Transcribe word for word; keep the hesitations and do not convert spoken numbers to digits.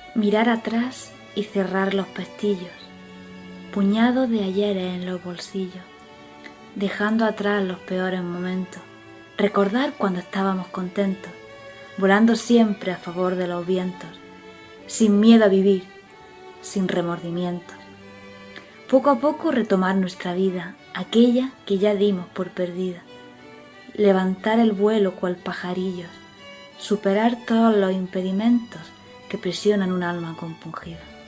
Mirar atrás y cerrar los pestillos, puñados de ayeres en los bolsillos, dejando atrás los peores momentos, recordar cuando estábamos contentos, volando siempre a favor de los vientos, sin miedo a vivir, sin remordimientos. Poco a poco retomar nuestra vida, aquella que ya dimos por perdida, levantar el vuelo cual pajarillos, superar todos los impedimentos que presionan un alma compungida.